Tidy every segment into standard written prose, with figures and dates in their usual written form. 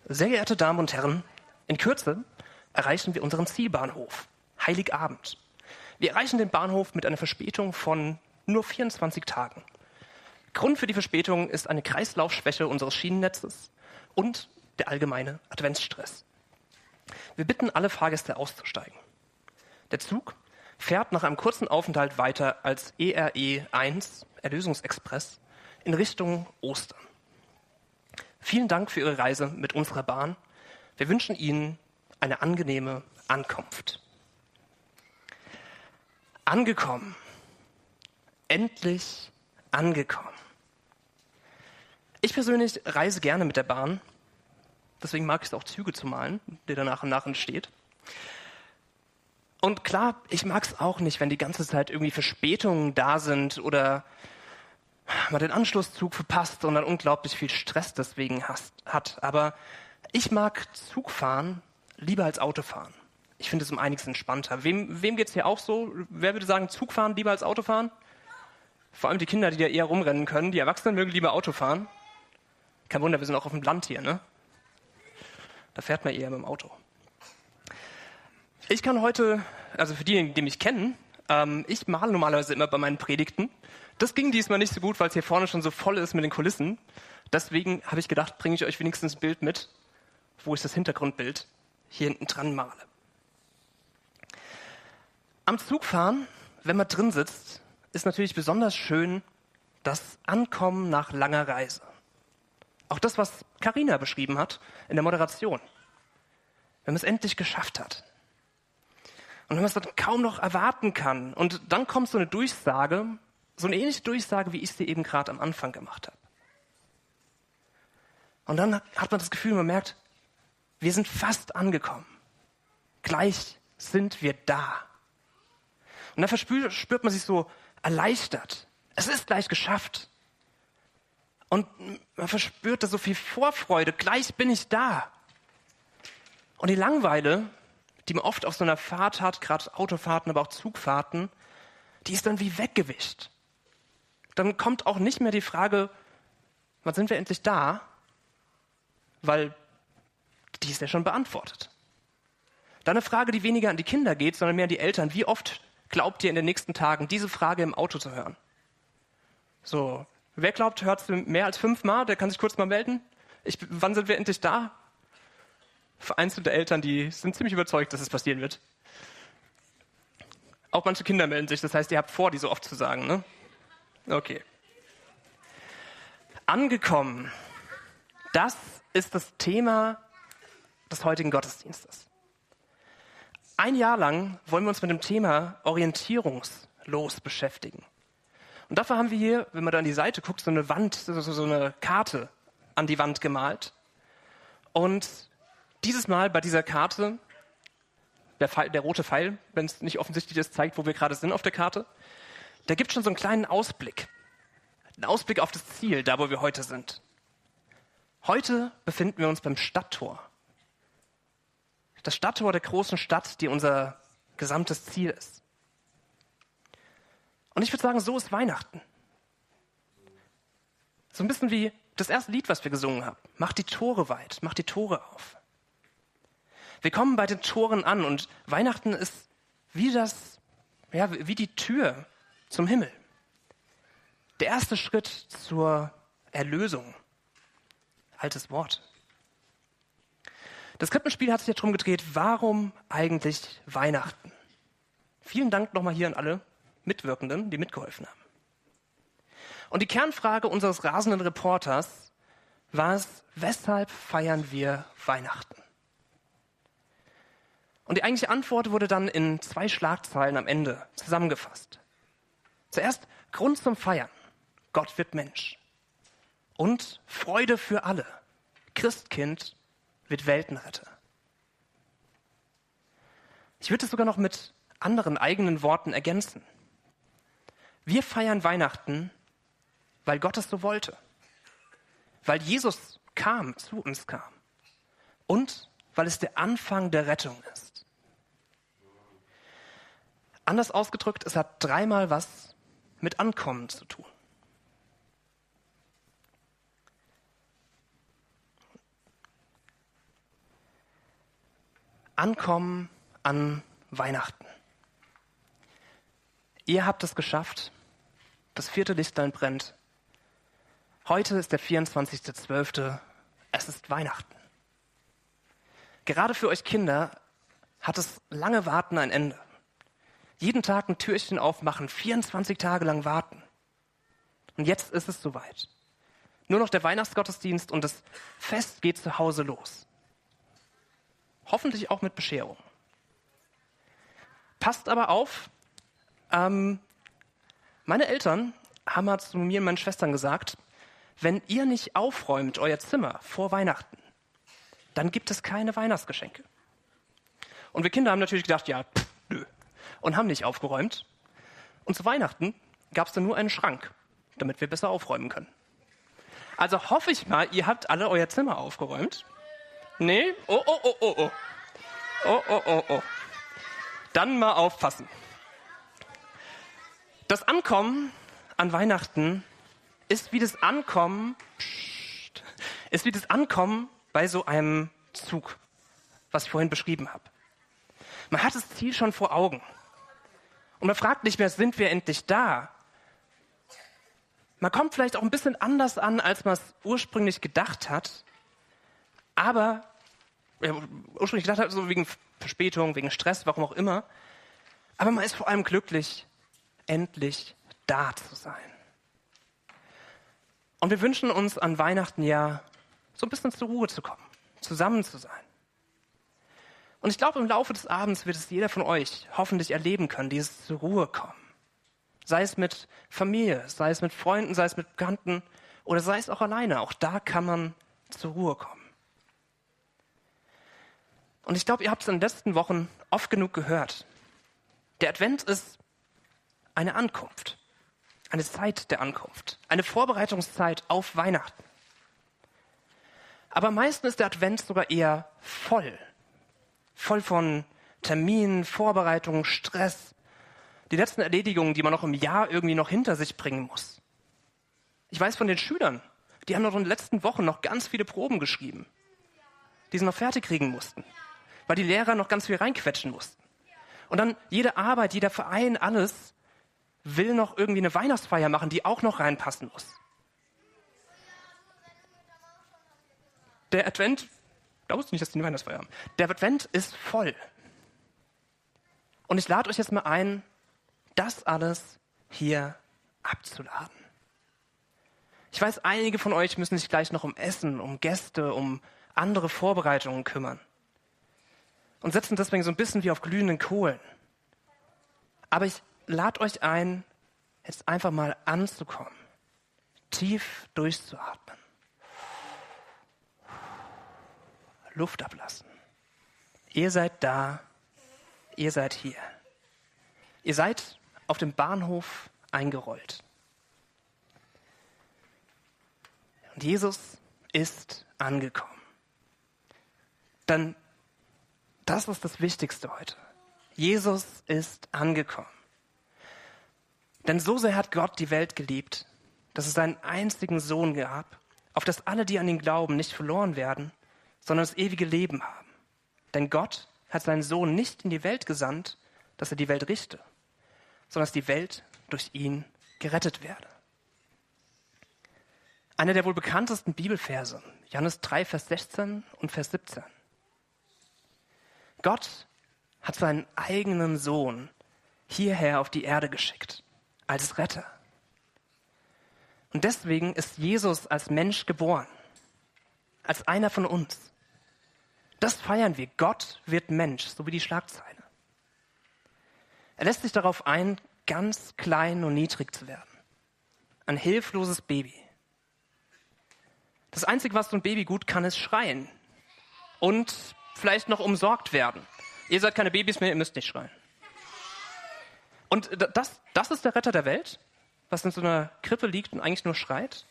Sehr geehrte Damen und Herren, in Kürze erreichen wir unseren Zielbahnhof, Heiligabend. Wir erreichen den Bahnhof mit einer Verspätung von nur 24 Tagen. Grund für die Verspätung ist eine Kreislaufschwäche unseres Schienennetzes und der allgemeine Adventsstress. Wir bitten alle Fahrgäste auszusteigen. Der Zug fährt nach einem kurzen Aufenthalt weiter als ERE 1, Erlösungsexpress, in Richtung Ostern. Vielen Dank für Ihre Reise mit unserer Bahn. Wir wünschen Ihnen eine angenehme Ankunft. Angekommen. Endlich angekommen. Ich persönlich reise gerne mit der Bahn. Deswegen mag ich es auch, Züge zu malen, der da nach und nach entsteht. Und klar, ich mag es auch nicht, wenn die ganze Zeit irgendwie Verspätungen da sind oder man den Anschlusszug verpasst und dann unglaublich viel Stress deswegen hat. Aber ich mag Zugfahren lieber als Autofahren. Ich finde es um einiges entspannter. Wem geht es hier auch so? Wer würde sagen, Zugfahren lieber als Autofahren? Vor allem die Kinder, die da eher rumrennen können. Die Erwachsenen mögen lieber Autofahren. Kein Wunder, wir sind auch auf dem Land hier, ne? Da fährt man eher mit dem Auto. Ich kann heute, also für diejenigen, die mich kennen, ich male normalerweise immer bei meinen Predigten. Das ging diesmal nicht so gut, weil es hier vorne schon so voll ist mit den Kulissen. Deswegen habe ich gedacht, bringe ich euch wenigstens ein Bild mit, wo ich das Hintergrundbild hier hinten dran male. Am Zugfahren, wenn man drin sitzt, ist natürlich besonders schön das Ankommen nach langer Reise. Auch das, was Carina beschrieben hat in der Moderation. Wenn man es endlich geschafft hat. Und wenn man es dann kaum noch erwarten kann. Und dann kommt so eine Durchsage, so eine ähnliche Durchsage, wie ich sie eben gerade am Anfang gemacht habe. Und dann hat man das Gefühl, man merkt, wir sind fast angekommen. Gleich sind wir da. Und dann spürt man sich so erleichtert. Es ist gleich geschafft. Und man verspürt da so viel Vorfreude. Gleich bin ich da. Und die Langeweile, die man oft auf so einer Fahrt hat, gerade Autofahrten, aber auch Zugfahrten, die ist dann wie weggewischt. Dann kommt auch nicht mehr die Frage, wann sind wir endlich da? Weil die ist ja schon beantwortet. Dann eine Frage, die weniger an die Kinder geht, sondern mehr an die Eltern. Wie oft glaubt ihr in den nächsten Tagen, diese Frage im Auto zu hören? So, wer glaubt, hört es mehr als 5 Mal? Der kann sich kurz mal melden. Wann sind wir endlich da? Vereinzelte Eltern, die sind ziemlich überzeugt, dass es passieren wird. Auch manche Kinder melden sich, das heißt, ihr habt vor, die so oft zu sagen, ne? Okay. Angekommen. Das ist das Thema des heutigen Gottesdienstes. Ein Jahr lang wollen wir uns mit dem Thema orientierungslos beschäftigen. Und dafür haben wir hier, wenn man da an die Seite guckt, so eine Wand, so eine Karte an die Wand gemalt. Und dieses Mal bei dieser Karte, der rote Pfeil, wenn es nicht offensichtlich ist, zeigt, wo wir gerade sind auf der Karte, der gibt schon so einen kleinen Ausblick. Einen Ausblick auf das Ziel, da wo wir heute sind. Heute befinden wir uns beim Stadttor. Das Stadttor der großen Stadt, die unser gesamtes Ziel ist. Und ich würde sagen, so ist Weihnachten. So ein bisschen wie das erste Lied, was wir gesungen haben. Macht die Tore weit, macht die Tore auf. Wir kommen bei den Toren an und Weihnachten ist wie die Tür zum Himmel. Der erste Schritt zur Erlösung. Altes Wort. Das Krippenspiel hat sich ja darum gedreht, warum eigentlich Weihnachten? Vielen Dank nochmal hier an alle Mitwirkenden, die mitgeholfen haben. Und die Kernfrage unseres rasenden Reporters war es, weshalb feiern wir Weihnachten? Und die eigentliche Antwort wurde dann in 2 Schlagzeilen am Ende zusammengefasst. Zuerst Grund zum Feiern. Gott wird Mensch. Und Freude für alle. Christkind wird Weltenretter. Ich würde es sogar noch mit anderen eigenen Worten ergänzen. Wir feiern Weihnachten, weil Gott es so wollte. Weil Jesus zu uns kam. Und weil es der Anfang der Rettung ist. Anders ausgedrückt, es hat 3-mal was mit Ankommen zu tun. Ankommen an Weihnachten. Ihr habt es geschafft. Das 4. Lichtlein brennt. Heute ist der 24.12. Es ist Weihnachten. Gerade für euch Kinder hat das lange Warten ein Ende. Jeden Tag ein Türchen aufmachen, 24 Tage lang warten. Und jetzt ist es soweit. Nur noch der Weihnachtsgottesdienst und das Fest geht zu Hause los. Hoffentlich auch mit Bescherung. Passt aber auf, meine Eltern haben mal zu mir und meinen Schwestern gesagt, wenn ihr nicht aufräumt euer Zimmer vor Weihnachten, dann gibt es keine Weihnachtsgeschenke. Und wir Kinder haben natürlich gedacht, ja, nö. Und haben nicht aufgeräumt. Und zu Weihnachten gab es dann nur einen Schrank, damit wir besser aufräumen können. Also hoffe ich mal, ihr habt alle euer Zimmer aufgeräumt. Nee? Oh. Oh. Dann mal aufpassen. Das Ankommen an Weihnachten ist wie das Ankommen bei so einem Zug, was ich vorhin beschrieben habe. Man hat das Ziel schon vor Augen. Und man fragt nicht mehr, sind wir endlich da? Man kommt vielleicht auch ein bisschen anders an, als man es ursprünglich gedacht hat. Aber, ursprünglich gedacht hat, so wegen Verspätung, wegen Stress, warum auch immer. Aber man ist vor allem glücklich, endlich da zu sein. Und wir wünschen uns an Weihnachten ja, so ein bisschen zur Ruhe zu kommen, zusammen zu sein. Und ich glaube, im Laufe des Abends wird es jeder von euch hoffentlich erleben können, dieses zur Ruhe kommen. Sei es mit Familie, sei es mit Freunden, sei es mit Bekannten oder sei es auch alleine. Auch da kann man zur Ruhe kommen. Und ich glaube, ihr habt es in den letzten Wochen oft genug gehört. Der Advent ist eine Ankunft, eine Zeit der Ankunft, eine Vorbereitungszeit auf Weihnachten. Aber meistens ist der Advent sogar eher voll von Terminen, Vorbereitungen, Stress, die letzten Erledigungen, die man noch im Jahr irgendwie noch hinter sich bringen muss. Ich weiß von den Schülern, die haben noch in den letzten Wochen noch ganz viele Proben geschrieben, die sie noch fertig kriegen mussten, weil die Lehrer noch ganz viel reinquetschen mussten. Und dann jede Arbeit, jeder Verein, alles will noch irgendwie eine Weihnachtsfeier machen, die auch noch reinpassen muss. Der Advent, da wusste ich nicht, dass die eine Weihnachtsfeier haben. Der Advent ist voll. Und ich lade euch jetzt mal ein, das alles hier abzuladen. Ich weiß, einige von euch müssen sich gleich noch um Essen, um Gäste, um andere Vorbereitungen kümmern. Und setzen deswegen so ein bisschen wie auf glühenden Kohlen. Aber ich lade euch ein, jetzt einfach mal anzukommen, tief durchzuatmen, Luft ablassen. Ihr seid da, ihr seid hier. Ihr seid auf dem Bahnhof eingerollt. Und Jesus ist angekommen. Denn das ist das Wichtigste heute. Jesus ist angekommen. Denn so sehr hat Gott die Welt geliebt, dass es seinen einzigen Sohn gab, auf das alle, die an ihn glauben, nicht verloren werden, sondern das ewige Leben haben. Denn Gott hat seinen Sohn nicht in die Welt gesandt, dass er die Welt richte, sondern dass die Welt durch ihn gerettet werde. Einer der wohl bekanntesten Bibelverse, Johannes 3, Vers 16 und Vers 17. Gott hat seinen eigenen Sohn hierher auf die Erde geschickt, als Retter. Und deswegen ist Jesus als Mensch geboren, als einer von uns. Das feiern wir. Gott wird Mensch, so wie die Schlagzeile. Er lässt sich darauf ein, ganz klein und niedrig zu werden. Ein hilfloses Baby. Das Einzige, was so ein Baby gut kann, ist schreien. Und vielleicht noch umsorgt werden. Ihr seid keine Babys mehr, ihr müsst nicht schreien. Und das ist der Retter der Welt, was in so einer Krippe liegt und eigentlich nur schreit?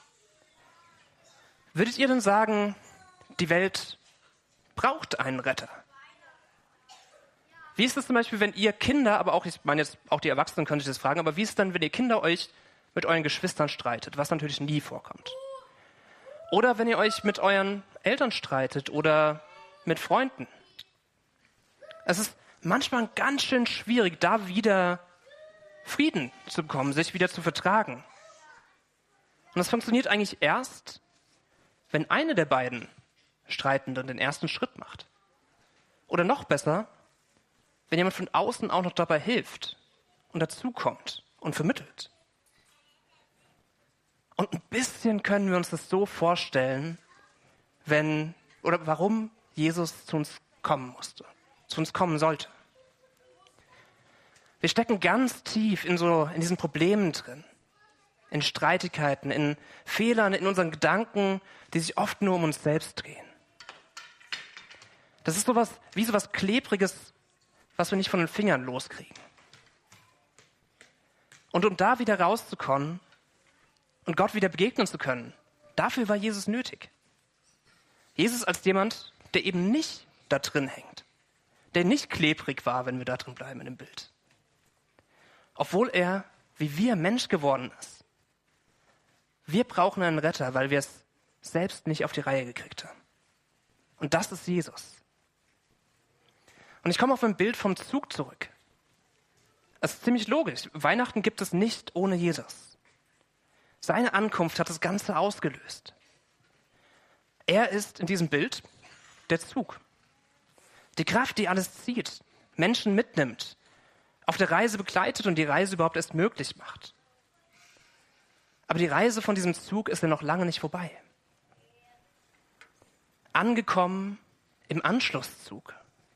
Würdet ihr denn sagen, die Welt braucht einen Retter? Wie ist es zum Beispiel, wenn ihr Kinder, aber auch, ich meine jetzt auch die Erwachsenen könnte ich das fragen, aber wie ist es dann, wenn ihr Kinder euch mit euren Geschwistern streitet, was natürlich nie vorkommt? Oder wenn ihr euch mit euren Eltern streitet oder mit Freunden? Es ist manchmal ganz schön schwierig, da wieder Frieden zu bekommen, sich wieder zu vertragen. Und das funktioniert eigentlich erst, wenn eine der beiden Streitenden den ersten Schritt macht. Oder noch besser, wenn jemand von außen auch noch dabei hilft und dazukommt und vermittelt. Und ein bisschen können wir uns das so vorstellen, warum Jesus zu uns kommen musste, zu uns kommen sollte. Wir stecken ganz tief in diesen Problemen drin, in Streitigkeiten, in Fehlern, in unseren Gedanken, die sich oft nur um uns selbst drehen. Das ist wie sowas Klebriges, was wir nicht von den Fingern loskriegen. Und um da wieder rauszukommen und Gott wieder begegnen zu können, dafür war Jesus nötig. Jesus als jemand, der eben nicht da drin hängt, der nicht klebrig war, wenn wir da drin bleiben in dem Bild. Obwohl er, wie wir, Mensch geworden ist. Wir brauchen einen Retter, weil wir es selbst nicht auf die Reihe gekriegt haben. Und das ist Jesus. Und ich komme auf ein Bild vom Zug zurück. Es ist ziemlich logisch. Weihnachten gibt es nicht ohne Jesus. Seine Ankunft hat das Ganze ausgelöst. Er ist in diesem Bild der Zug. Die Kraft, die alles zieht, Menschen mitnimmt, auf der Reise begleitet und die Reise überhaupt erst möglich macht. Aber die Reise von diesem Zug ist ja noch lange nicht vorbei. Angekommen im Anschlusszug.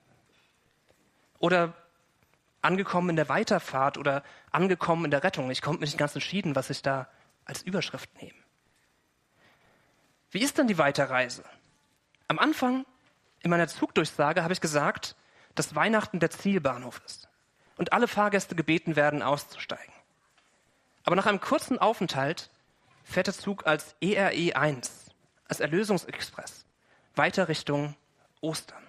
Oder angekommen in der Weiterfahrt oder angekommen in der Rettung. Ich konnte mir nicht ganz entschieden, was ich da als Überschrift nehme. Wie ist denn die Weiterreise? Am Anfang in meiner Zugdurchsage habe ich gesagt, dass Weihnachten der Zielbahnhof ist und alle Fahrgäste gebeten werden, auszusteigen. Aber nach einem kurzen Aufenthalt fährt der Zug als ERE 1, als Erlösungsexpress, weiter Richtung Ostern.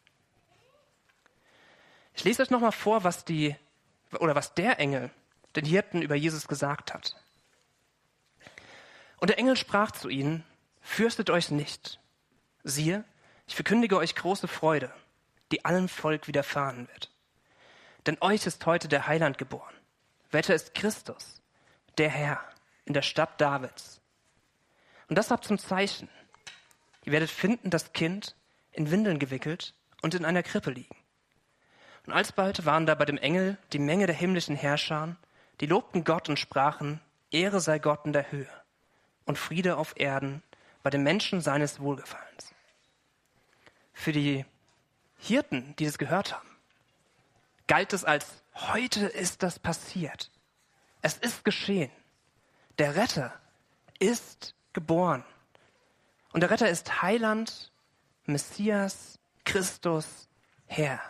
Ich lese euch nochmal vor, was der Engel den Hirten über Jesus gesagt hat. Und der Engel sprach zu ihnen: Fürchtet euch nicht. Siehe, ich verkündige euch große Freude, die allem Volk widerfahren wird. Denn euch ist heute der Heiland geboren, welcher ist Christus, der Herr, in der Stadt Davids. Und das habt zum Zeichen: Ihr werdet finden das Kind in Windeln gewickelt und in einer Krippe liegen. Und alsbald waren da bei dem Engel die Menge der himmlischen Herrscher, die lobten Gott und sprachen: Ehre sei Gott in der Höhe und Friede auf Erden bei den Menschen seines Wohlgefallens. Für die Hirten, die das gehört haben, galt es als: Heute ist das passiert. Es ist geschehen. Der Retter ist geboren. Und der Retter ist Heiland, Messias, Christus, Herr.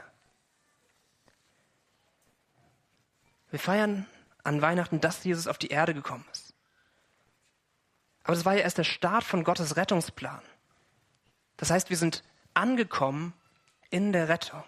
Wir feiern an Weihnachten, dass Jesus auf die Erde gekommen ist. Aber das war ja erst der Start von Gottes Rettungsplan. Das heißt, wir sind angekommen in der Rettung.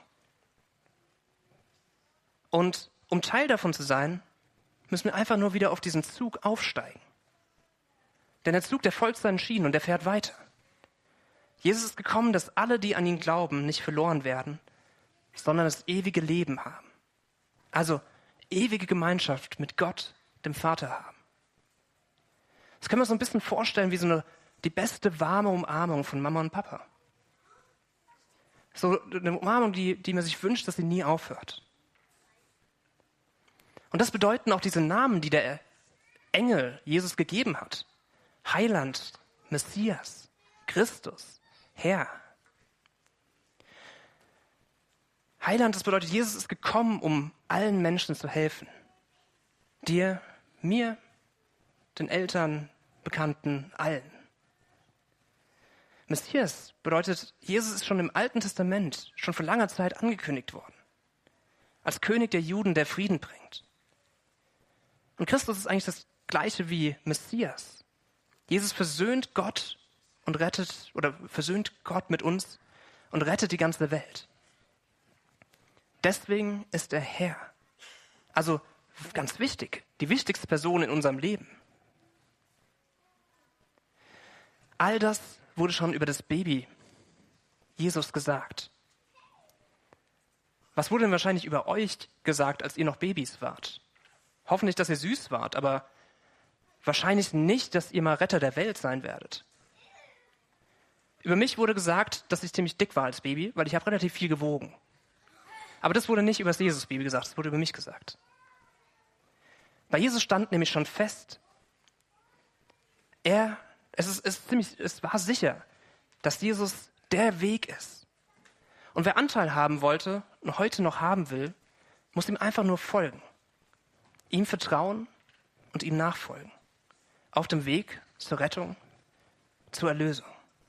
Und um Teil davon zu sein, müssen wir einfach nur wieder auf diesen Zug aufsteigen. Denn der Zug, der folgt seinen Schienen und der fährt weiter. Jesus ist gekommen, dass alle, die an ihn glauben, nicht verloren werden, sondern das ewige Leben haben. Also ewige Gemeinschaft mit Gott, dem Vater haben. Das können wir uns so ein bisschen vorstellen wie die beste warme Umarmung von Mama und Papa. So eine Umarmung, die man sich wünscht, dass sie nie aufhört. Und das bedeuten auch diese Namen, die der Engel Jesus gegeben hat. Heiland, Messias, Christus, Herr. Heiland, das bedeutet, Jesus ist gekommen, um allen Menschen zu helfen. Dir, mir, den Eltern, Bekannten, allen. Messias bedeutet, Jesus ist schon im Alten Testament, schon vor langer Zeit angekündigt worden. Als König der Juden, der Frieden bringt. Und Christus ist eigentlich das Gleiche wie Messias. Jesus versöhnt Gott und versöhnt Gott mit uns und rettet die ganze Welt. Deswegen ist er Herr. Also ganz wichtig, die wichtigste Person in unserem Leben. All das wurde schon über das Baby Jesus gesagt. Was wurde denn wahrscheinlich über euch gesagt, als ihr noch Babys wart? Hoffentlich, dass ihr süß wart, aber wahrscheinlich nicht, dass ihr mal Retter der Welt sein werdet. Über mich wurde gesagt, dass ich ziemlich dick war als Baby, weil ich habe relativ viel gewogen. Aber das wurde nicht über das Jesus-Baby gesagt, das wurde über mich gesagt. Bei Jesus stand nämlich schon fest, es war sicher, dass Jesus der Weg ist. Und wer Anteil haben wollte und heute noch haben will, muss ihm einfach nur folgen. Ihm vertrauen und ihm nachfolgen. Auf dem Weg zur Rettung, zur Erlösung.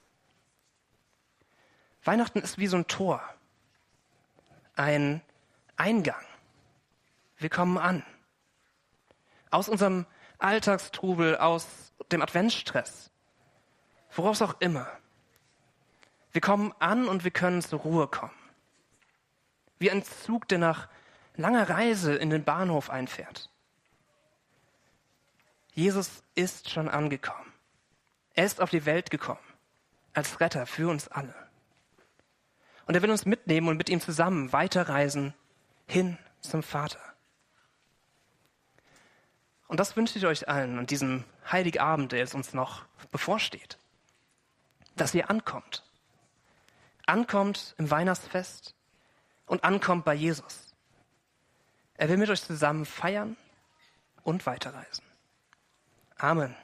Weihnachten ist wie so ein Tor, ein Eingang. Wir kommen an. Aus unserem Alltagstrubel, aus dem Adventsstress, woraus auch immer. Wir kommen an und wir können zur Ruhe kommen. Wie ein Zug, der nach langer Reise in den Bahnhof einfährt. Jesus ist schon angekommen. Er ist auf die Welt gekommen, als Retter für uns alle. Und er will uns mitnehmen und mit ihm zusammen weiterreisen hin zum Vater. Und das wünsche ich euch allen an diesem Heiligabend, der jetzt uns noch bevorsteht. Dass ihr ankommt. Ankommt im Weihnachtsfest und ankommt bei Jesus. Er will mit euch zusammen feiern und weiterreisen. Amen.